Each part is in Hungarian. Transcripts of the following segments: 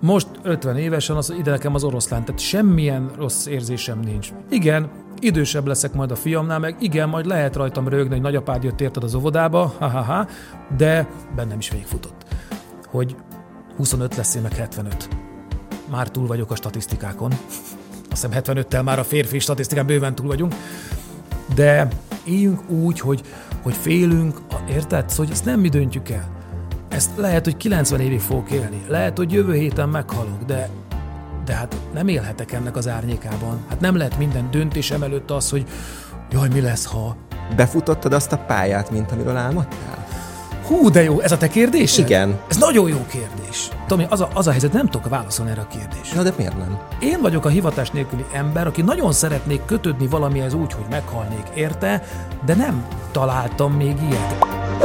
most 50 évesen ide nekem az oroszlán, tehát semmilyen rossz érzésem nincs. Igen, idősebb leszek majd a fiamnál, meg igen, majd lehet rajtam röhögni, hogy nagyapád jött érted az óvodába, de bennem is végigfutott, hogy 25 lesz, én meg 75. Már túl vagyok a statisztikákon. Azt hiszem 75-tel már a férfi statisztikán bőven túl vagyunk. De éljünk úgy, hogy félünk, érted? Szóval, hogy ezt nem mi döntjük el. Ezt lehet, hogy 90 évig fogok élni. Lehet, hogy jövő héten meghalok, de hát nem élhetek ennek az árnyékában. Hát nem lehet minden döntésem előtt az, hogy jaj, mi lesz, ha... Befutottad azt a pályát, mint amiről álmodtál? Hú, de jó, ez a te kérdésed? Igen. Ez nagyon jó kérdés. Tomi, az a helyzet, nem tudok válaszolni erre a kérdésre. Na, de miért nem? Én vagyok a hivatás nélküli ember, aki nagyon szeretnék kötődni valamihez úgy, hogy meghalnék érte, de nem találtam még ilyet.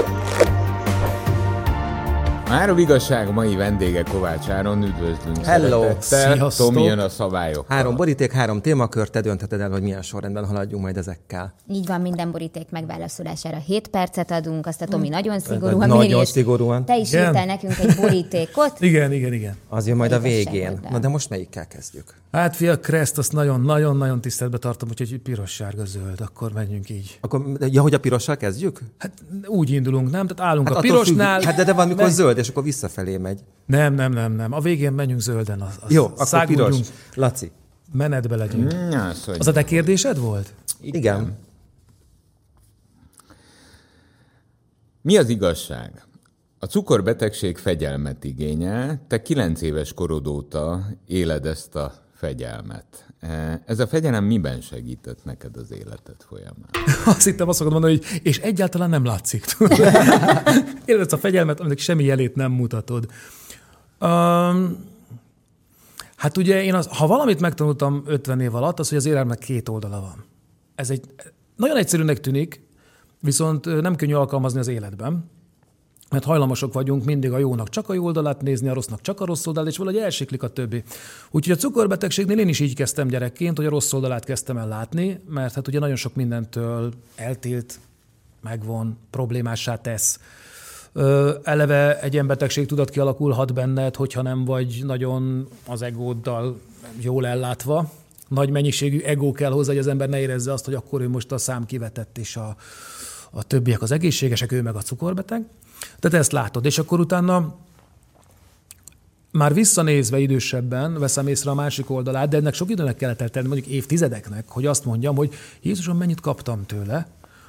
Mára igazság, mai vendége Kovács Áron, üdvözlünk Hello. szeretettel. Sziasztok. Tomi jön a szabályok. 3 boríték, 3 témakör, te döntheted el, hogy milyen sorrendben haladjunk majd ezekkel. Így van, minden boríték megválaszolására 7 percet adunk, azt a Tomi nagyon szigorúan Nagyon szigorúan. Te is írtál nekünk egy borítékot. Igen. Az jön majd a Igazság végén. oldal. Na, de most melyikkel kezdjük? Hát fia, Kreszt, azt nagyon-nagyon tiszteletbe tartom, úgyhogy piros, sárga, zöld, akkor menjünk így. Akkor, ja, hogy a pirossal kezdjük? Hát úgy indulunk, nem? Tehát állunk Hát a attól pirosnál. függ. Hát de van, mikor zöld, és akkor visszafelé megy. Nem. A végén menjünk zölden. Jó, akkor száguljunk, piros. Laci. Menetbe legyünk. Azt, Az a te kérdésed volt? Igen. Mi az igazság? A cukorbetegség fegyelmet igényel, te 9 éves korod óta éled ezt a fegyelmet. Ez a fegyelem miben segített neked az életed folyamán? Azt hittem, azt fogod mondani, hogy és egyáltalán nem látszik. Éled ezt a fegyelmet, aminek semmi jelét nem mutatod. Hát ugye ha valamit megtanultam 50 év alatt, az, hogy az életnek 2 oldala van. Ez egy nagyon egyszerűnek tűnik, viszont nem könnyű alkalmazni az életben, mert hajlamosok vagyunk mindig a jónak csak a jó oldalát nézni, a rossznak csak a rossz oldalát, és valahogy elsiklik a többi. Úgyhogy a cukorbetegségnél én is így kezdtem gyerekként, hogy a rossz oldalát kezdtem el látni, mert hát ugye nagyon sok mindentől eltilt, megvon, problémássá tesz. Eleve egy ilyen betegség tudat kialakulhat benned, hogyha nem vagy nagyon az egóddal jól ellátva. Nagy mennyiségű ego kell hozzá, hogy az ember ne érezze azt, hogy akkor ő most a szám kivetett, és a többiek az egészségesek, ő meg a cukorbeteg. Tehát ezt látod, és akkor utána már visszanézve idősebben veszem észre a másik oldalát, de ennek sok időnek kellett eltenni, mondjuk évtizedeknek, hogy azt mondjam, hogy Jézusom, mennyit kaptam tőle,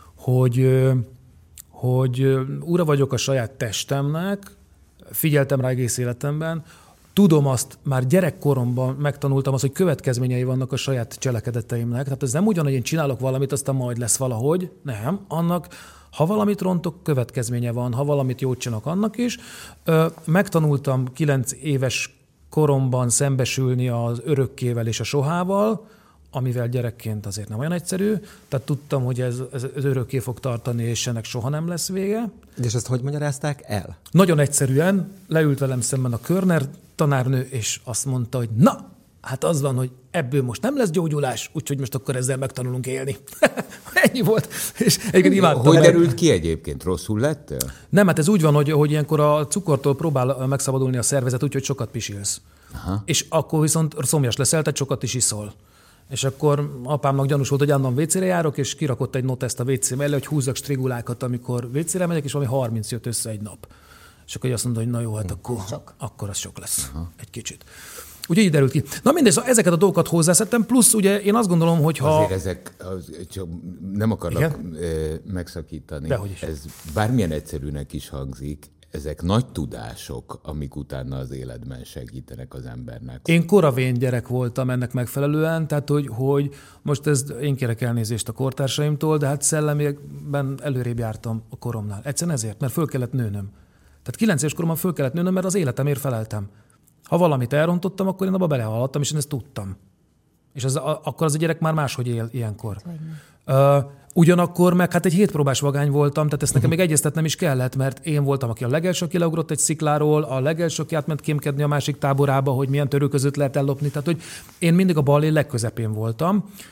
hogy ura vagyok a saját testemnek, figyeltem rá egész életemben, tudom azt, már gyerekkoromban megtanultam azt, hogy következményei vannak a saját cselekedeteimnek. Tehát ez nem ugyan, hogy én csinálok valamit, aztán majd lesz valahogy. Nem. Annak, ha valamit rontok, következménye van. Ha valamit jót csinálok, annak is. Megtanultam 9 éves koromban szembesülni az örökkével és a sohával, amivel gyerekként azért nem olyan egyszerű. Tehát tudtam, hogy ez örökké fog tartani, és ennek soha nem lesz vége. És ezt hogy magyarázták el? Nagyon egyszerűen leült velem szemben a Körner tanárnő, és azt mondta, hogy na, hát az van, hogy ebből most nem lesz gyógyulás, úgyhogy most akkor ezzel megtanulunk élni. Ennyi volt. És egyébként imádtam. Hogy derült ki egyébként? Rosszul lettél? Nem, hát ez úgy van, hogy ilyenkor a cukortól próbál megszabadulni a szervezet, úgyhogy sokat pisilsz. Aha. És akkor viszont szomjas leszel, tehát sokat is iszol. És akkor apámnak gyanús volt, hogy állandóan WC-re járok, és kirakott egy noteszt a WC mellé, hogy húzzak strigulákat, amikor WC-re megyek, és valami 30 jött össze egy nap. És akkor azt mondta, hogy na jó, hát akkor az sok lesz. Aha. Egy kicsit. Ugye így derült ki. Na mindegy, szóval ezeket a dolgokat hozzászettem, plusz ugye én azt gondolom, hogy ha... Azért ezek, nem akarlak megszakítani. Dehogy is. Ez bármilyen egyszerűnek is hangzik, ezek nagy tudások, amik utána az életben segítenek az embernek. Én koravén gyerek voltam ennek megfelelően, tehát hogy most én kérek elnézést a kortársaimtól, de hát szellemiekben előrébb jártam a koromnál. Egyszerűen ezért, mert föl kellett nőnöm. Tehát 9 éves koromban föl kellett nőnöm, mert az életemért feleltem. Ha valamit elrontottam, akkor én abba belehallattam, és én ezt tudtam. És akkor az a gyerek már máshogy él ilyenkor. Ugyanakkor meg hát egy 7 próbás vagány voltam, tehát ezt nekem még egyeztetnem is kellett, mert én voltam, aki a legelső, aki leugrott egy szikláról, a legelső, aki átment kémkedni a másik táborába, hogy milyen törőközött lehet ellopni. Tehát, hogy én mindig a ballé legközepén voltam.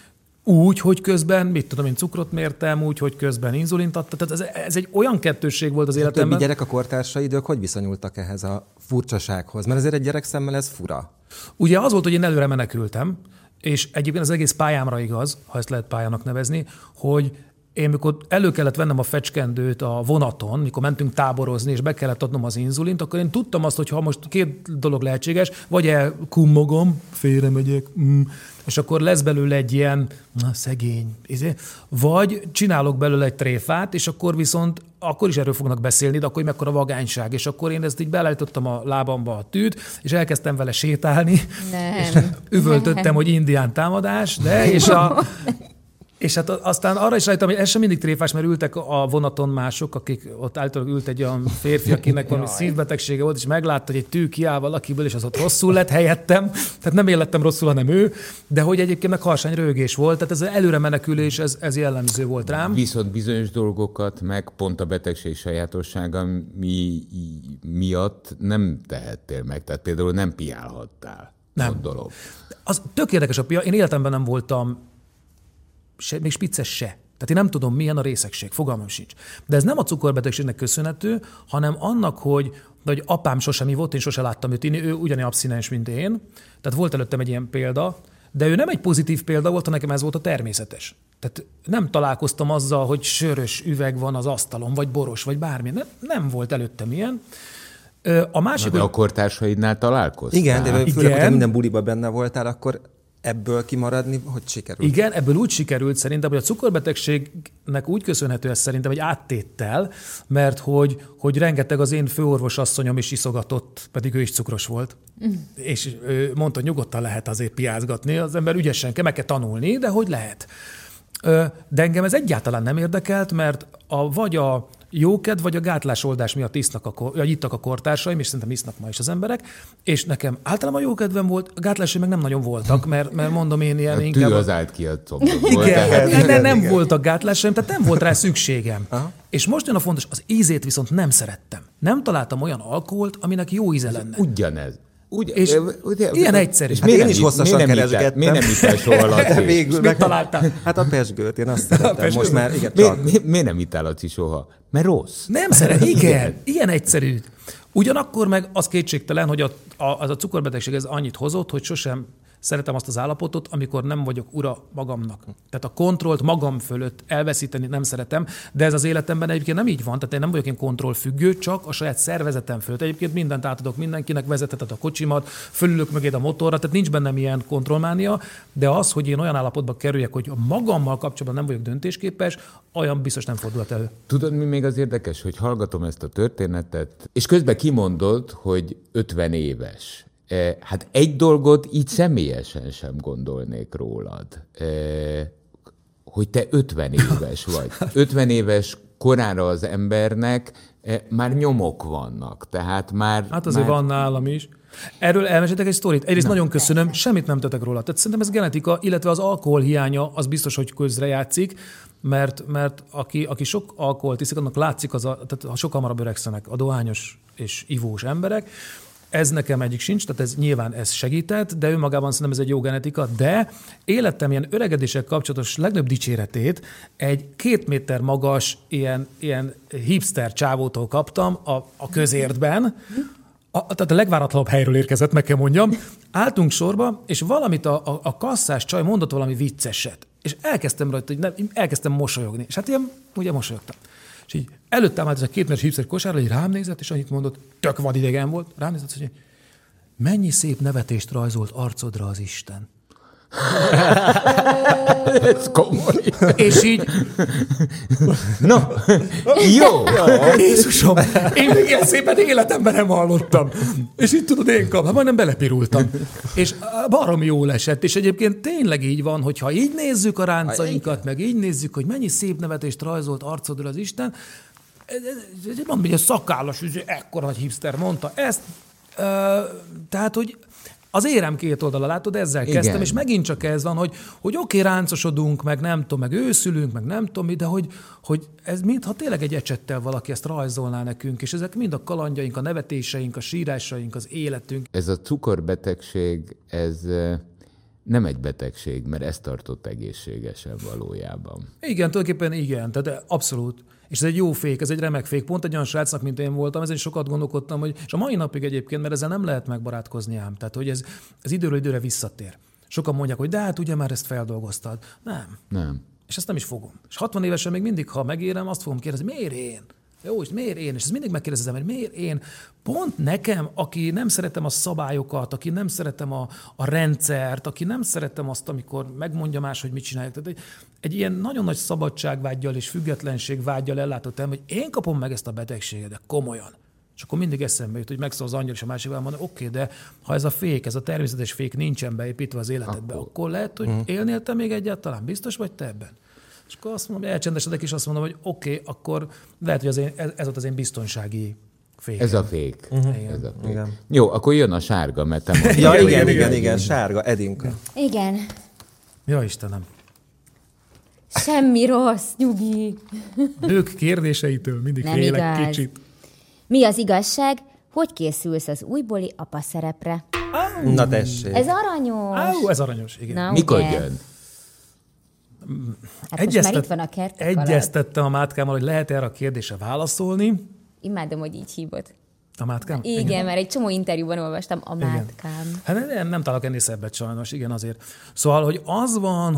úgy, hogy közben, mit tudom én, cukrot mértem, úgy, hogy közben inzulint adtam. Tehát ez egy olyan kettősség volt az életemben. A többi gyerek, a kortársaid, ők hogy viszonyultak ehhez a furcsasághoz? Mert azért egy gyerek szemmel ez fura. Ugye az volt, hogy én előre menekültem, és egyébként az egész pályámra igaz, ha ezt lehet pályának nevezni, hogy én mikor elő kellett vennem a fecskendőt a vonaton, mikor mentünk táborozni, és be kellett adnom az inzulint, akkor én tudtam azt, hogy ha most két dolog lehetséges, vagy elkummogom, félremegyek, és akkor lesz belőle egy ilyen szegény, vagy csinálok belőle egy tréfát, és akkor viszont akkor is erről fognak beszélni, de akkor mekkora vagányság, és akkor én ezt így beállítottam a lábamba a tűt, és elkezdtem vele sétálni, és üvöltöttem, hogy indián támadás, és hát aztán arra is rájöttem, hogy ez sem mindig tréfás, mert ültek a vonaton mások, akik ott általában ült egy olyan férfi, akinek valami szívbetegsége volt, és meglátta, hogy egy tű kiáll valakiből, és az ott rosszul lett helyettem. Tehát nem élettem rosszul, hanem ő, de hogy egyébként meg harsány röhögés volt. Tehát ez az előre menekülés, ez jellemző volt rám. Viszont bizonyos dolgokat meg pont a betegség sajátossága miatt nem tehettél meg. Tehát például nem piálhattál. Nem. Dolog. Az tök érdekes a pia. Én életemben nem voltam még spicces se. Tehát én nem tudom, milyen a részegség, fogalmam sincs. De ez nem a cukorbetegségnek köszönhető, hanem annak, hogy apám sosem ivott, én sosem láttam őt inni, ő ugyanilyen abszinens, mint én. Tehát volt előttem egy ilyen példa, de ő nem egy pozitív példa volt, hanem nekem ez volt a természetes. Tehát nem találkoztam azzal, hogy sörös üveg van az asztalon, vagy boros, vagy bármi. Nem volt előttem ilyen. A másik, de a kortársaidnál találkoztál? Igen, de főleg, hogyha minden buliba benne voltál, akkor ebből kimaradni, hogy sikerült? Igen, ebből úgy sikerült szerintem, hogy a cukorbetegségnek úgy köszönhető ez szerintem egy áttéttel, mert hogy rengeteg az én főorvosasszonyom is iszogatott, pedig ő is cukros volt. És ő mondta, hogy nyugodtan lehet azért piázgatni, az ember ügyesen meg kell tanulni, de hogy lehet. De engem ez egyáltalán nem érdekelt, mert vagy a jókedv, vagy a gátlásoldás miatt ittak a kortársaim, és szerintem isznak ma is az emberek, és nekem általában jókedvem volt, a gátlásaim meg nem nagyon voltak, mert mondom én ilyen inkább... Tű az állt ki a combot. Igen, nem voltak gátlásaim, tehát nem volt rá szükségem. Aha. És most jön a fontos, az ízét viszont nem szerettem. Nem találtam olyan alkoholt, aminek jó íze lenne. Ugyanez. És ilyen egyszerű. Hát én is hosszasan keresgettem. Miért nem ittál soha, Laci? Végül mit találtál? Hát a pesgőt, én azt szeretem. Most már, igen, csak. Miért nem ittál, Laci, soha? Mert rossz. Nem szeret, igen, ilyen egyszerű. Ugyanakkor meg az kétségtelen, hogy a cukorbetegség ez annyit hozott, hogy sosem szeretem azt az állapotot, amikor nem vagyok ura magamnak. Tehát a kontrollt magam fölött elveszíteni nem szeretem, de ez az életemben egyébként nem így van, tehát én nem vagyok én kontrollfüggő, csak a saját szervezetem fölött. Egyébként mindent átadok mindenkinek, vezetheted a kocsimat, fölülök mögéd a motorra, tehát nincs bennem ilyen kontrollmánia, de az, hogy én olyan állapotba kerüljek, hogy magammal kapcsolatban nem vagyok döntésképes, olyan biztos nem fordulhat elő. Tudod, mi még az érdekes, hogy hallgatom ezt a történetet, és közben kimondod, hogy 50 éves. Hát egy dolgot így személyesen sem gondolnék rólad, hogy te 50 éves vagy. 50 éves korára az embernek már nyomok vannak, tehát már... Hát azért van nálam is. Erről elmeséltek egy sztorit. Egyrészt nagyon köszönöm, semmit nem tettek róla. Tehát szerintem ez genetika, illetve az alkohol hiánya, az biztos, hogy közrejátszik, mert aki sok alkoholt iszik, annak látszik, tehát ha sokkal hamarabb öregszenek a dohányos és ivós emberek. Ez nekem egyik sincs, tehát ez nyilván ez segített, de önmagában szerintem ez egy jó genetika, de életem ilyen öregedéssel kapcsolatos legnagyobb dicséretét egy 2 méter magas ilyen hipster csávótól kaptam a közértben, tehát a legváratlanabb helyről érkezett, meg kell mondjam. Álltunk sorba, és valamit a kasszás csaj mondott valami vicceset, és elkezdtem rajta, elkezdtem mosolyogni, és hát ilyen ugye mosolyogtam. És így előttem állt ez a 2 méteres hipster kosárra, így rám nézett, és annyit mondott, tök vadidegen volt, rám nézett, hogy mennyi szép nevetést rajzolt arcodra az Isten. Ez komoly. És így... No, jó! Jézusom, én még ilyen szépen életemben nem hallottam. És így tudod, én majdnem belepirultam. És baromi jól esett. És egyébként tényleg így van, hogyha így nézzük a ráncainkat, meg így nézzük, hogy mennyi szép nevetést rajzolt arcodra az Isten, mondom, hogy a szakállas, ekkora nagy hipster mondta ezt, tehát, hogy az érem két oldala, látod, ezzel kezdtem, igen. És megint csak ez van, hogy oké, ráncosodunk, meg nem tudom, meg őszülünk, meg nem tudom mi, de hogy ez mintha tényleg egy ecsettel valaki ezt rajzolná nekünk, és ezek mind a kalandjaink, a nevetéseink, a sírásaink, az életünk. Ez a cukorbetegség, ez nem egy betegség, mert ezt tartott egészségesen valójában. Igen, tulajdonképpen igen, tehát abszolút. És ez egy jó fék, ez egy remek fék. Pont egy olyan srácnak, mint én voltam, ezen sokat gondolkodtam, hogy, és a mai napig egyébként, mert ezzel nem lehet megbarátkozni ám. Tehát, hogy ez időről időre visszatér. Sokan mondják, hogy de hát ugye már ezt feldolgoztad. Nem. És ezt nem is fogom. És 60 évesen még mindig, ha megérem, azt fogom kérdezni, miért én? Jó, és miért én? És ezt mindig megkérdezem, hogy miért én? Pont nekem, aki nem szeretem a szabályokat, aki nem szeretem a rendszert, aki nem szeretem azt, amikor megmondja más, hogy mit csinálják. Tehát egy ilyen nagyon nagy szabadságvággyal és függetlenségvággyal ellátott el, hogy én kapom meg ezt a betegséget, de komolyan. És akkor mindig eszembe jut, hogy megszól az angyal, és a másikval mondja, oké, de ha ez a fék, ez a természetes fék nincsen beépítve az életedbe, akkor lehet, hogy élnél te még egyáltalán? Biztos vagy te ebben? És akkor azt mondom, elcsendesedek, és azt mondom, hogy oké, akkor lehet, hogy ez volt az én biztonsági fék. Ez a fék. Ez a fék. Igen. Jó, akkor jön a sárga, mert te mondtad. Ja, igen, sárga, Edinka. Igen. Ja, Istenem. Semmi rossz, nyugi. Nők kérdéseitől mindig Nem félek igaz. kicsit. Mi az igazság? Hogy készülsz az újbóli apa szerepre? Na tessék. Ez aranyos. Ez aranyos, igen. Na, Mikor ugye? jön? Hát most már itt van a kertek alatt. Egyeztettem a Mátkámmal, hogy lehet erre a kérdésre válaszolni. Imádom, hogy így hívod. A Mátkám? Igen, mert egy csomó interjúban olvastam a Mátkám. Hát nem találok ennél szebbet sajnos, igen, azért. Szóval, hogy az van,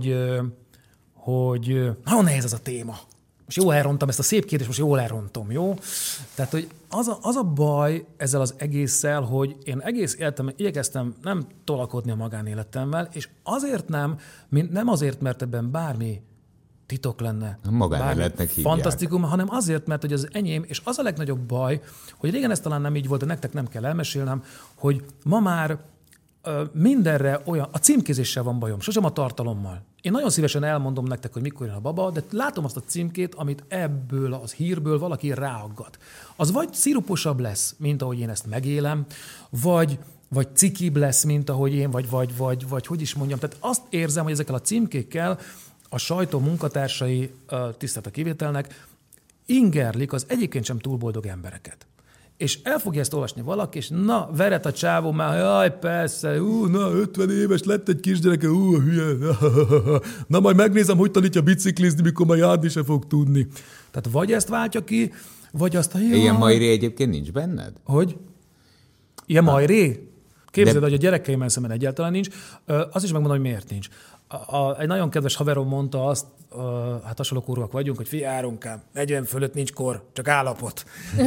hogy nagyon nehéz ez a téma. Most jól elrontam ezt a szép kérdést, most jól elrontom, jó? Tehát, hogy az a baj ezzel az egésszel, hogy én egész életemben igyekeztem nem tolakodni a magánéletemmel, és azért nem azért, mert ebben bármi titok lenne. A magánéletnek hívják. Fantasztikum, hanem azért, mert hogy az enyém, és az a legnagyobb baj, hogy régen ez talán nem így volt, de nektek nem kell elmesélnem, hogy ma már mindenre olyan, a címkézéssel van bajom, sosem a tartalommal. Én nagyon szívesen elmondom nektek, hogy mikor jön a baba, de látom azt a címkét, amit ebből az hírből valaki ráaggat. Az vagy sziruposabb lesz, mint ahogy én ezt megélem, vagy cikibb lesz, mint ahogy én, vagy hogy is mondjam. Tehát azt érzem, hogy ezekkel a címkékkel a sajtó munkatársai, tisztelt a kivételnek, ingerlik az egyébként sem túl boldog embereket. És el fogja ezt olvasni valaki, és na, veret a csávó már, jaj, persze, na, 50 éves, lett egy kisgyereke, hülye, na, majd megnézem, hogy tanítja biciklizni, mikor már járni se fog tudni. Tehát vagy ezt váltja ki, vagy azt a... Ilyen majré egyébként nincs benned? Hogy? Ilyen majré? Képzeld, hogy a gyerekeimmel szemben egyáltalán nincs. Azt is megmondom, hogy miért nincs. Egy nagyon kedves haverom mondta azt, hát hasonló korúak vagyunk, hogy figyelj, Áronkám, 40 fölött nincs kor, csak állapot.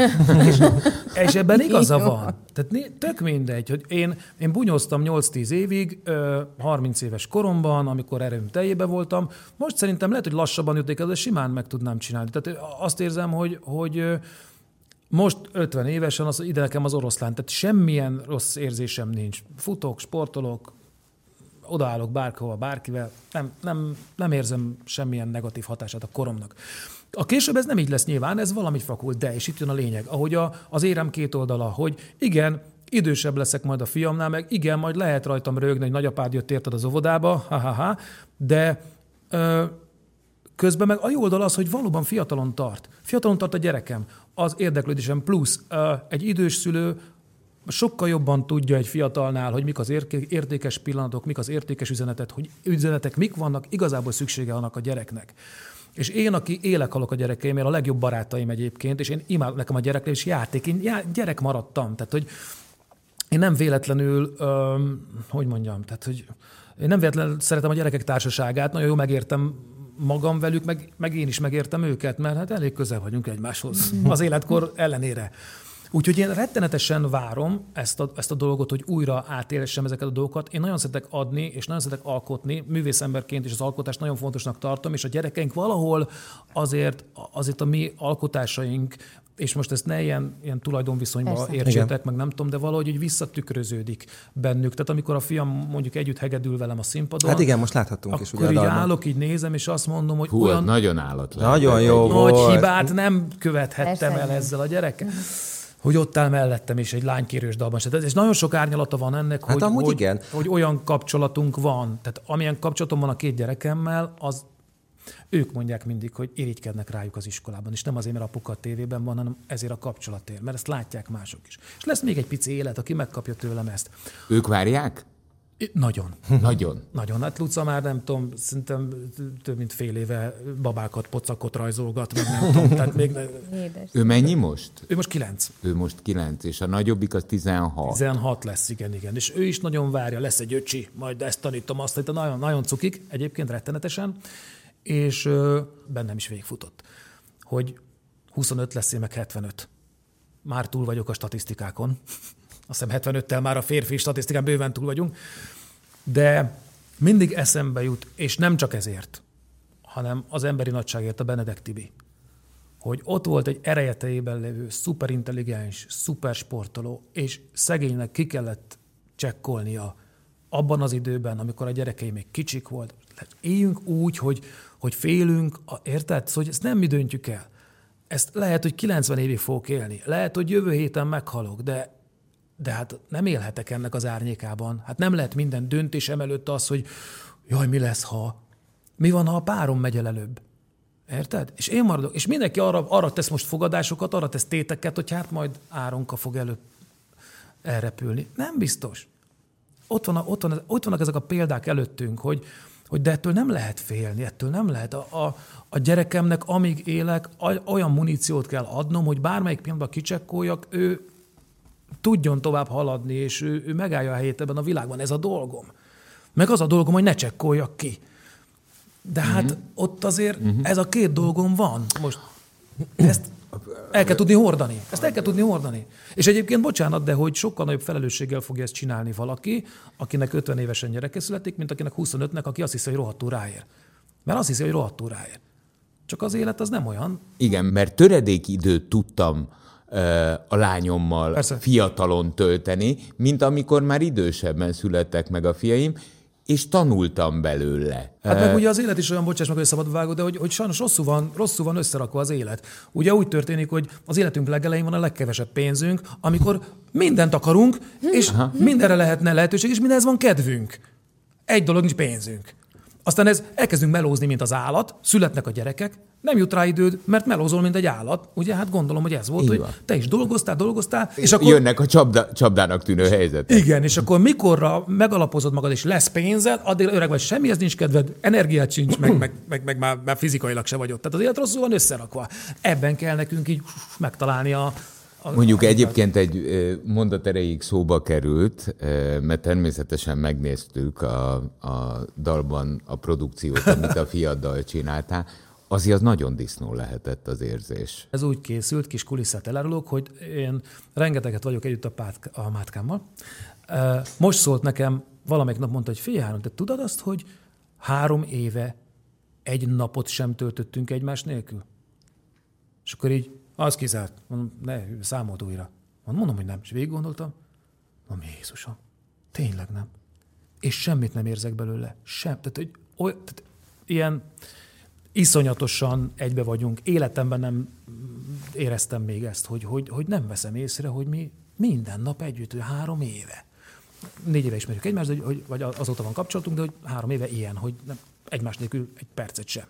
és ebben igaza van. Tehát tök mindegy, hogy én bunyóztam 8-10 évig, 30 éves koromban, amikor erőm teljében voltam. Most szerintem lehet, hogy lassabban jötték el, de simán meg tudnám csinálni. Tehát azt érzem, hogy most 50 évesen ide nekem az oroszlán, tehát semmilyen rossz érzésem nincs. Futok, sportolok, odaállok bárhova, bárkivel, nem érzem semmilyen negatív hatását a koromnak. A később ez nem így lesz nyilván, ez valamit fakult, de, és itt jön a lényeg, ahogy az érem két oldala, hogy igen, idősebb leszek majd a fiamnál, meg igen, majd lehet rajtam rögni, hogy nagyapád jött érted az óvodába, de közben meg a jó oldal az, hogy valóban fiatalon tart. Fiatalon tart a gyerekem, az érdeklődésem plusz egy idős szülő sokkal jobban tudja egy fiatalnál, hogy mik az értékes pillanatok, mik az értékes üzenetek, mik vannak igazából szüksége annak a gyereknek. És én, aki élek-halok a gyerekeimért, a legjobb barátaim egyébként, és én imádom nekem a gyerekre, és játék, én gyerek maradtam. Tehát, hogy én nem véletlenül, tehát, hogy én nem véletlenül szeretem a gyerekek társaságát, nagyon jól megértem magam velük, meg én is megértem őket, mert hát elég közel vagyunk egymáshoz az életkor ellenére. Úgyhogy én rettenetesen várom ezt a dolgot, hogy újra átélessem ezeket a dolgokat. Én nagyon szeretek adni, és nagyon szeretek alkotni, művészemberként is az alkotást nagyon fontosnak tartom, és a gyerekeink valahol azért a mi alkotásaink, és most ezt ne ilyen tulajdonviszonyban értsétek, meg nem tudom, de valahogy így visszatükröződik bennük. Tehát amikor a fiam mondjuk együtt hegedül velem a színpadon. Hát igen, most láthatunk is. Akkor így állok, így nézem, és azt mondom, hogy olyan... nagyon állat lett. Nagyon jó volt. Nagy hibát nem követhettem el ezzel a gyerekkel. Hogy ott áll mellettem is egy lánykérős dalban se. És nagyon sok árnyalata van ennek, hát hogy olyan kapcsolatunk van. Tehát amilyen kapcsolatom van a két gyerekemmel, az ők mondják mindig, hogy irigykednek rájuk az iskolában. És nem azért, mert apuka a tévében van, hanem ezért a kapcsolatért. Mert ezt látják mások is. És lesz még egy pici élet, aki megkapja tőlem ezt. Ők várják? Nagyon. Nagyon. Hát Luca már nem tudom, szerintem több mint fél éve babákat, pocakot rajzolgat, meg nem tudom. Tehát még Ő mennyi most? Ő most 9. Ő most 9, és a nagyobbik az 16. 16 lesz, igen. És ő is nagyon várja, lesz egy öcsi, majd ezt tanítom, azt tanítom, nagyon, nagyon cukik, egyébként rettenetesen, és bennem is végigfutott, hogy 25 lesz, én meg 75. Már túl vagyok a statisztikákon. Azt hiszem 75-tel már a férfi statisztikán bőven túl vagyunk. De mindig eszembe jut, és nem csak ezért, hanem az emberi nagyságért a Benedek Tibi, hogy ott volt egy erejetejében lévő, szuperintelligens, szupersportoló, és szegénynek ki kellett csekkolnia abban az időben, amikor a gyerekei még kicsik volt. Éljünk úgy, hogy félünk, érted? Szóval ezt nem mi döntjük el. Ezt lehet, hogy 90 évig fogok élni. Lehet, hogy jövő héten meghalok, de hát nem élhetek ennek az árnyékában. Hát nem lehet minden döntésem előtt az, hogy jaj, mi lesz, ha... Mi van, ha a párom megy el előbb? Érted? És én maradok. És mindenki arra tesz most fogadásokat, arra tesz téteket, hogy hát majd Áronka fog előbb elrepülni. Nem biztos. Ott vannak ezek a példák előttünk, hogy de ettől nem lehet félni, ettől nem lehet. A gyerekemnek, amíg élek, olyan muníciót kell adnom, hogy bármelyik pillanatban kicsekkoljak, ő tudjon tovább haladni, és ő megállja a helyét ebben a világban. Ez a dolgom. Meg az a dolgom, hogy ne csekkoljak ki. De hát ott azért ez a két dolgom van. Most ezt el kell tudni hordani. És egyébként bocsánat, de hogy sokkal nagyobb felelősséggel fogja ezt csinálni valaki, akinek 50 évesen gyereke születik, mint akinek 25-nek, aki azt hiszi, hogy rohadtul ráér. Mert azt hiszi, hogy rohadtul ráér. Csak az élet az nem olyan. Igen, mert töredékidőt tudtam a lányommal persze fiatalon tölteni, mint amikor már idősebben születtek meg a fiaim, és tanultam belőle. Hát meg ugye az élet is olyan, bocsáss meg, hogy szabad vágó, de hogy sajnos rosszul van összerakva az élet. Ugye úgy történik, hogy az életünk legelején van a legkevesebb pénzünk, amikor mindent akarunk, és mindenre lehetne lehetőség, és mindenhez van kedvünk. Egy dolog, nincs pénzünk. Aztán elkezdünk melózni, mint az állat, születnek a gyerekek, nem jut rá időd, mert melózol, mint egy állat. Ugye, hát gondolom, hogy ez volt, így hogy van. Te is dolgoztál, és akkor... Jönnek a csapdának tűnő helyzetek. Igen, és akkor mikorra megalapozod magad, és lesz pénzed, addig öreg vagy, semmihez nincs kedved, energiát sincs, meg már fizikailag se vagy ott. Tehát az élet rosszul van összerakva. Ebben kell nekünk így megtalálni Mondjuk egyébként egy mondat erejéig szóba került, mert természetesen megnéztük a dalban a produkciót, amit a fiaddal csináltál. Azért az nagyon disznó lehetett az érzés. Ez úgy készült, kis kulisszát elárulok, hogy én rengeteget vagyok együtt a Mátkámmal. Most szólt nekem, valamelyik nap mondta, hogy figyelj, te tudod azt, hogy 3 éve egy napot sem töltöttünk egymás nélkül? És akkor így, az kizárt. Mondom, ne, számolt újra. Mondom, hogy nem. És végig gondoltam. Mondom, Jézusom, tényleg nem. És semmit nem érzek belőle. Tehát ilyen iszonyatosan egybe vagyunk. Életemben nem éreztem még ezt, hogy nem veszem észre, hogy mi minden nap együtt, 3 éve. 4 éve ismerjük egymást, vagy azóta van kapcsolatunk, de hogy 3 éve ilyen, hogy nem, egymás nélkül egy percet sem.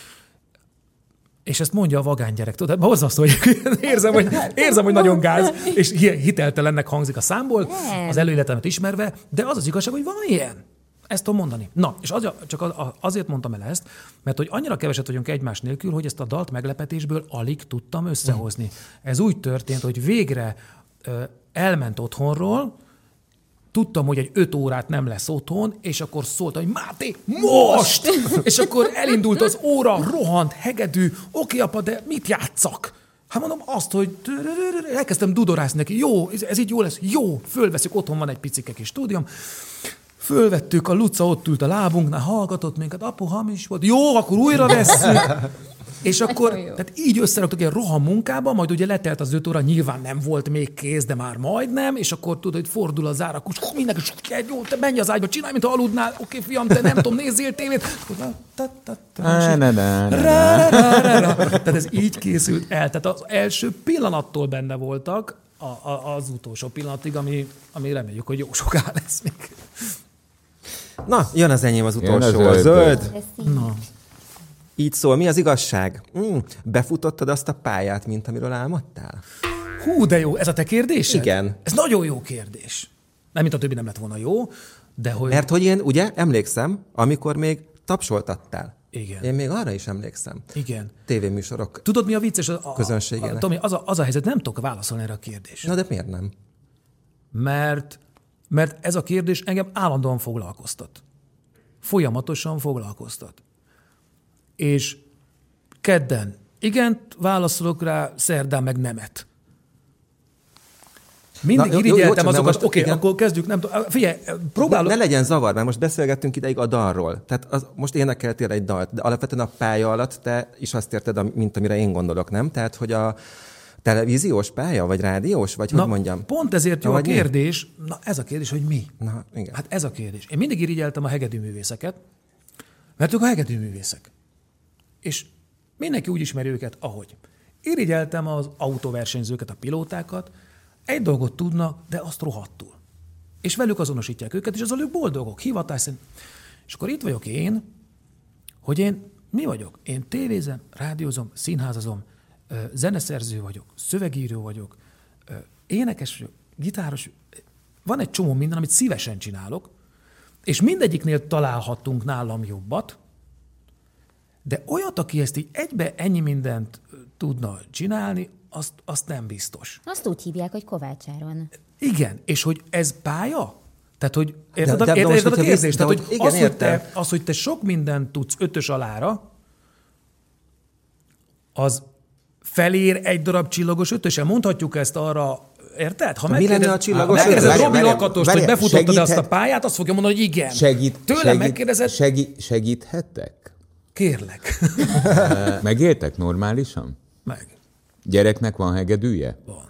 És ezt mondja a vagány gyerek. Tudod, borzasztó, hogy érzem, hogy nagyon gáz, és hiteltelennek hangzik a számból, az előéletemet ismerve, de az az igazság, hogy van ilyen. Ezt tudom mondani. Na, és csak azért mondtam el ezt, mert hogy annyira keveset vagyunk egymás nélkül, hogy ezt a dalt meglepetésből alig tudtam összehozni. Ez úgy történt, hogy végre elment otthonról, tudtam, hogy egy 5 órát nem lesz otthon, és akkor szólt, hogy Máté, most! És akkor elindult az óra, rohant, hegedű, oké, apa, de mit játsszak? Hát mondom azt, hogy elkezdtem dudorászni neki, jó, ez így jó lesz, jó, fölveszük, otthon van egy picike kis stúdióm, fölvettük, a Luca ott ült a lábunknál, hallgatott minket, apu, hamis volt, jó, akkor újra vesszük. És akkor, tehát így összeraktuk egy roham munkába, majd ugye letelt az 5 óra, nyilván nem volt még kész, de már majdnem, és akkor tudod, hogy fordul a zárakus, mindenki, jó, te menj az ágyba, csinálj, mint ha aludnál, oké, fiam, te nem tudom, nézzél tévét. Tehát ez így készült el. Tehát az első pillanattól benne voltak, az utolsó pillanatig, ami reméljük, hogy jó soká lesz még. Na, jön az enyém az utolsó, a zöld. Na. Így szól, mi az igazság? Befutottad azt a pályát, mint amiről álmodtál? Hú, de jó, ez a te kérdésed? Igen. Ez nagyon jó kérdés. Nem, mint a többi nem lett volna jó, de hogy... Mert hogy én, ugye, emlékszem, amikor még tapsoltattál. Igen. Én még arra is emlékszem. Igen. Tévéműsorok. Tudod, mi a vicces? Közönségének. Tomi, az a helyzet, nem tudok válaszolni erre a kérdésre. Na de miért nem? Mert ez a kérdés engem állandóan foglalkoztat. Folyamatosan foglalkoztat. És kedden igent válaszolok rá, szerdán meg nemet. Mindig irigyeltem azokat, oké, akkor kezdjük, nem tudom. Figyelj, próbálok. Ne legyen zavar, mert most beszélgettünk ideig a dalról. Tehát most énekeltél egy dalt, de alapvetően a pálya alatt te is azt érted, mint amire én gondolok, nem? Tehát, hogy a televíziós pálya, vagy rádiós, vagy hogy mondjam? Pont ezért jó a kérdés. Mi? Na, ez a kérdés, hogy mi? Na, igen. Hát ez a kérdés. Én mindig irigyeltem a hegedűművészeket, mert ők a hegedűművészek. És mindenki úgy ismeri őket, ahogy. Irigyeltem az autóversenyzőket, a pilótákat, egy dolgot tudnak, de azt rohadtul. És velük azonosítják őket, és azon ők boldogok, hivatás szerint. És akkor itt vagyok én, hogy én mi vagyok? Én tévézem, rádiózom, színházazom, zeneszerző vagyok, szövegíró vagyok, énekes vagyok, gitáros. Van egy csomó minden, amit szívesen csinálok, és mindegyiknél találhatunk nálam jobbat, de olyat, aki ezt így egybe ennyi mindent tudna csinálni, azt nem biztos. Azt úgy hívják, hogy Kovács Áron. Igen, és hogy ez pálya? Tehát, hogy érted a kérdést? Tehát, hogy az, hogy te sok mindent tudsz 5-ös alára, az felér egy darab csillagos 5-ösen. Mondhatjuk ezt arra, érted? Ha mi lenne a csillagos 5-ös? Robi Lakatost, hogy befutottad azt a pályát, azt fogja mondani, hogy igen. Tőlem megkérdezed. Segíthettek? Kérlek. Megéltek normálisan? Meg. Gyereknek van hegedűje? Van.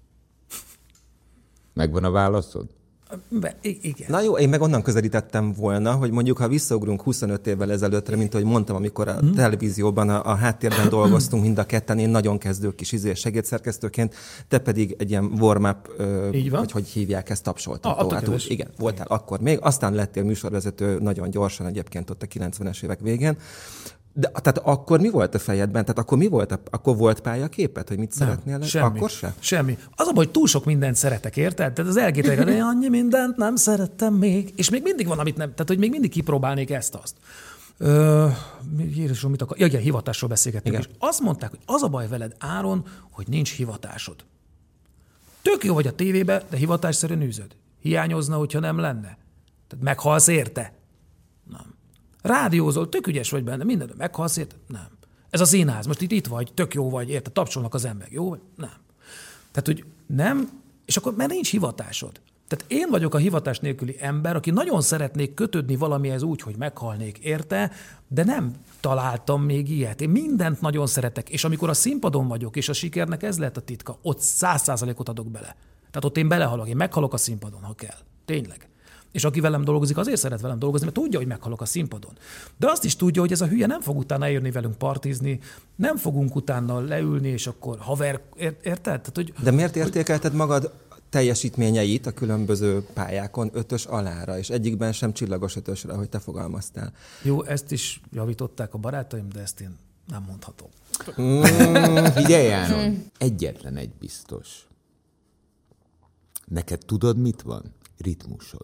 Megvan a válaszod? Igen. Na jó, én meg onnan közelítettem volna, hogy mondjuk, ha visszaugrunk 25 évvel ezelőttre, mint ahogy mondtam, amikor a televízióban a háttérben dolgoztunk mind a ketten, én nagyon kezdő kis segédszerkesztőként, te pedig egy ilyen warm-up, vagy hogy hívják ezt, tapsoltató. Hát úgy, igen, voltál akkor még, aztán lettél műsorvezető nagyon gyorsan egyébként ott a 90-es évek végén. De tehát akkor mi volt a fejedben? Tehát akkor mi volt? Akkor volt pályaképet, hogy mit szeretnél? Semmi. Akkor se? Semmi. Az a baj, hogy túl sok mindent szeretek, érted? Tehát az LG-t annyi mindent nem szerettem még, és még mindig van, amit nem, tehát hogy még mindig kipróbálnék ezt-azt. Jézusom, mit akar? Ja, igen, hivatásról beszélgettünk. És azt mondták, hogy az a baj veled, Áron, hogy nincs hivatásod. Tök jó vagy a tévébe, de hivatásszerűen űzöd. Hiányozna, hogyha nem lenne. Tehát meghalsz érte? Nem. Rádiózol, tök ügyes vagy benne, minden, meghalsz érte? Nem. Ez a színház, most itt vagy, tök jó vagy, érted, tapsolnak az emberek, jó vagy? Nem. Tehát, hogy nem, és akkor mert nincs hivatásod. Tehát én vagyok a hivatás nélküli ember, aki nagyon szeretnék kötődni valamihez úgy, hogy meghalnék érte, de nem találtam még ilyet. Én mindent nagyon szeretek, és amikor a színpadon vagyok, és a sikernek ez lehet a titka, ott 100%-ot adok bele. Tehát ott én belehalok, én meghalok a színpadon, ha kell. Tényleg. És aki velem dolgozik, azért szeret velem dolgozni, mert tudja, hogy meghalok a színpadon. De azt is tudja, hogy ez a hülye nem fog utána jönni velünk partizni, nem fogunk utána leülni, és akkor haver, érted? Tehát, hogy, de miért értékelted magad teljesítményeit a különböző pályákon 5-ös alára, és egyikben sem csillagos 5-ösre, ahogy te fogalmaztál? Jó, ezt is javították a barátaim, de ezt én nem mondhatom. Figyelj, Áron, egyetlen egy biztos. Neked tudod, mit van? Ritmusod.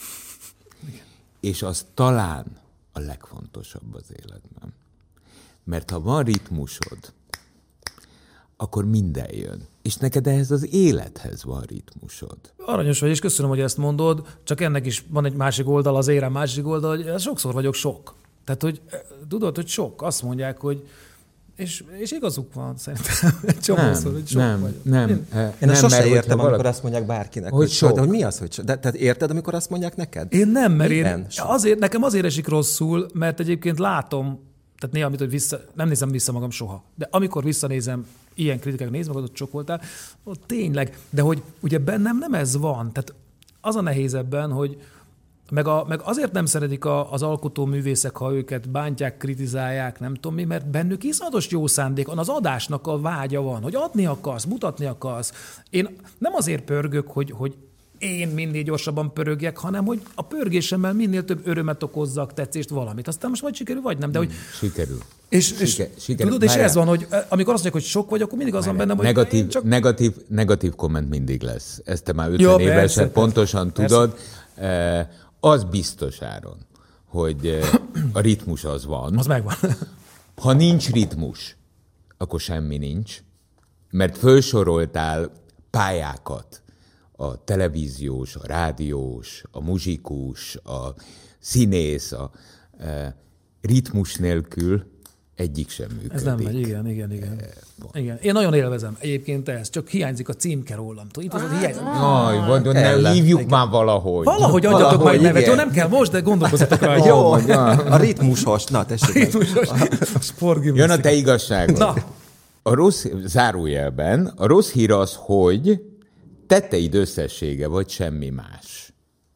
És az talán a legfontosabb az életben. Mert ha van ritmusod, akkor minden jön. És neked ehhez az élethez van ritmusod. Aranyos vagy, és köszönöm, hogy ezt mondod, csak ennek is van egy másik oldal, az érem másik oldal, hogy sokszor vagyok sok. Tehát, hogy tudod, hogy sok. Azt mondják, hogy és igazuk van, szerintem egy csomószor, hogy sok vagyok. Én sose értem, amikor azt mondják bárkinek, hogy sok. De hogy mi az, hogy sok? Tehát érted, amikor azt mondják neked? Én nem, mert nekem azért esik rosszul, mert egyébként látom, tehát néha, amit nem nézem vissza magam soha. De amikor visszanézem, ilyen kritikák nézd meg, ott sok voltál, ott tényleg, de hogy ugye bennem nem ez van. Tehát az a nehéz ebben, hogy meg azért nem szeretik az alkotóművészek, ha őket bántják, kritizálják, nem tudom mi, mert bennük iszonyatos jó szándék van, az adásnak a vágya van, hogy adni akarsz, mutatni akarsz. Én nem azért pörgök, hogy én minél gyorsabban pörögjek, hanem hogy a pörgésemmel minél több örömet okozzak, tetszést, valamit. Aztán most vagy sikerül, vagy nem, de hogy... Sikerül. Tudod, és ez van, hogy amikor azt mondják, hogy sok vagy, akkor mindig az van bennem, hogy... Negatív komment mindig lesz. Ezt te már 50 évesen pontosan tudod. Az biztos, Áron, hogy a ritmus az van. Az megvan. Ha nincs ritmus, akkor semmi nincs, mert felsoroltál pályákat, a televíziós, a rádiós, a muzsikus, a színész, a ritmus nélkül egyik sem működik. Ez nem megy, igen. Én nagyon élvezem egyébként ezt, csak hiányzik a címke rólam. Itt az hiányzik. Ne hívjuk már valahogy. Valahogy adjatok majd nevet. Jó, nem kell most, de gondolkozzatok rá. Jó, a ritmusos. Na, tessék. Ritmusos. Jön a te igazságod. Na. A rossz, zárójelben, a rossz hír az, hogy tetteid összessége, vagy semmi más.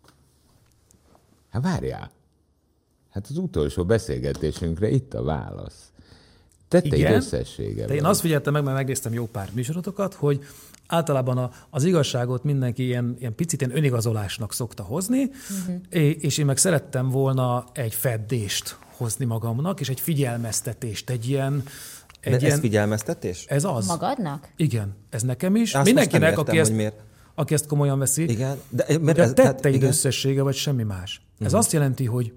Hát várjál. Hát az utolsó beszélgetésünkre itt a válasz. Tetteid összessége. De én azt figyeltem meg, mert megnéztem jó pár műsorotokat, hogy általában az igazságot mindenki ilyen picit ilyen önigazolásnak szokta hozni, és én meg szerettem volna egy feddést hozni magamnak, és egy figyelmeztetést, ez figyelmeztetés? Ez az. Magadnak? Igen, ez nekem is. Azt mindenkinek, értem, aki ezt komolyan veszi. Igen. De tetteid összessége, vagy semmi más. Ez azt jelenti, hogy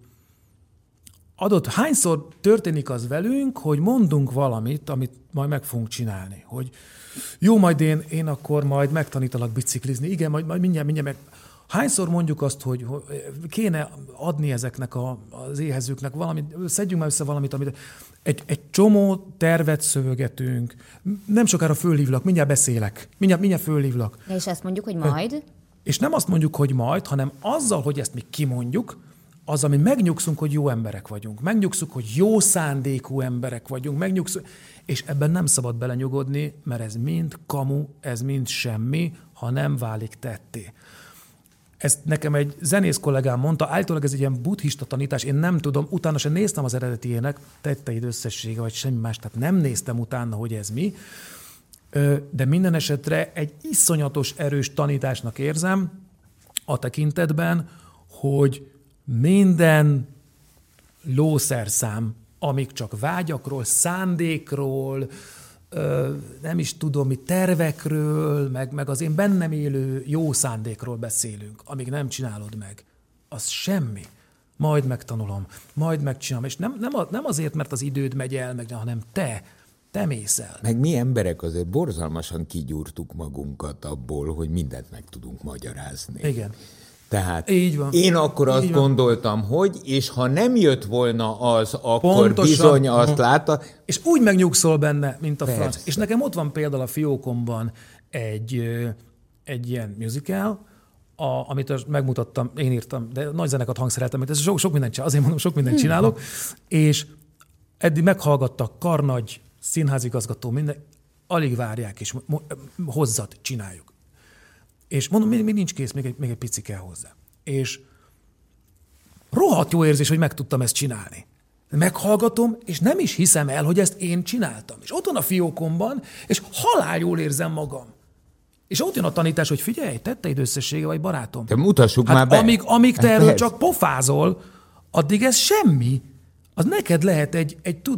hányszor történik az velünk, hogy mondunk valamit, amit majd meg fogunk csinálni. Hogy jó, majd én akkor majd megtanítalak biciklizni. Igen, majd mindjárt meg. Hányszor mondjuk azt, hogy kéne adni ezeknek az éhezőknek valamit, szedjünk már össze valamit, amit egy csomó tervet szövögetünk, nem sokára fölhívlak, mindjárt beszélek, mindjárt fölhívlak. És azt mondjuk, hogy majd? És nem azt mondjuk, hogy majd, hanem azzal, hogy ezt mi kimondjuk, az, ami megnyugszunk, hogy jó emberek vagyunk, megnyugszunk, hogy jó szándékú emberek vagyunk, és ebben nem szabad belenyugodni, mert ez mind kamu, ez mind semmi, ha nem válik tetté. Ezt nekem egy zenész kollégám mondta, állítólag ez egy ilyen buddhista tanítás, én nem tudom, utána sem néztem az eredetiének, tetteid összessége, vagy semmi más, tehát nem néztem utána, hogy ez mi, de minden esetre egy iszonyatos erős tanításnak érzem a tekintetben, hogy minden lószerszám, amik csak vágyakról, szándékról, nem is tudom, mi tervekről, meg az én bennem élő jó szándékról beszélünk, amíg nem csinálod meg, az semmi. Majd megtanulom, majd megcsinálom. És nem azért, mert az időd megy el, hanem te mész el. Meg mi emberek azért borzalmasan kigyúrtuk magunkat abból, hogy mindent meg tudunk magyarázni. Igen. Tehát én akkor azt gondoltam, hogy, és ha nem jött volna az, akkor pontosan. Bizony azt látta. És úgy megnyugszol benne, mint a franc. És nekem ott van például a fiókomban egy ilyen musical, amit megmutattam, én írtam, de nagy zeneket hangszereltem, mert ez sok mindent csinálok, azért mondom, sok mindent csinálok, és eddig meghallgattak karnagy, színházigazgató, minden, alig várják, és hozzad, csináljuk. És mondom, még nincs kész, még egy pici kell hozzá. És rohadt jó érzés, hogy meg tudtam ezt csinálni. Meghallgatom, és nem is hiszem el, hogy ezt én csináltam. És ott van a fiókomban, és halál jól érzem magam. És ott jön a tanítás, hogy figyelj, tetteid összessége vagy, barátom. Te mutassuk már be. Amíg te erről csak pofázol, addig ez semmi. Az neked lehet egy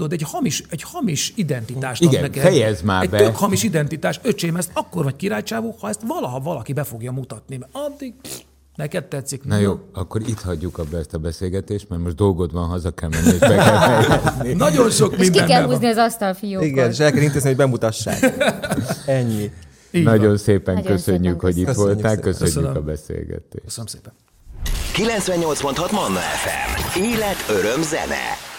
hamis identitást ad neked. Igen, fejezd már be. Egy tök hamis identitás. Öcsém, ezt akkor vagy királycsávó, ha ezt valaha valaki be fogja mutatni. Mert addig neked tetszik. Na jó, akkor itt hagyjuk abba ezt a beszélgetést, mert most dolgod van, haza kell menni, és be kell fejezni. Nagyon sok minden. És ki kell húzni az asztalfiókot. Igen, és el kell intézni, hogy bemutassák. Ennyi. Nagyon szépen köszönjük, hogy itt voltál. Köszönjük a beszélgetést. Köszönöm szépen. 98.6 Manna FM. Élet, öröm, zene.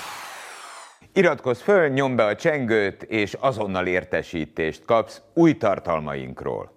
Iratkozz föl, nyomd be a csengőt, és azonnal értesítést kapsz új tartalmainkról.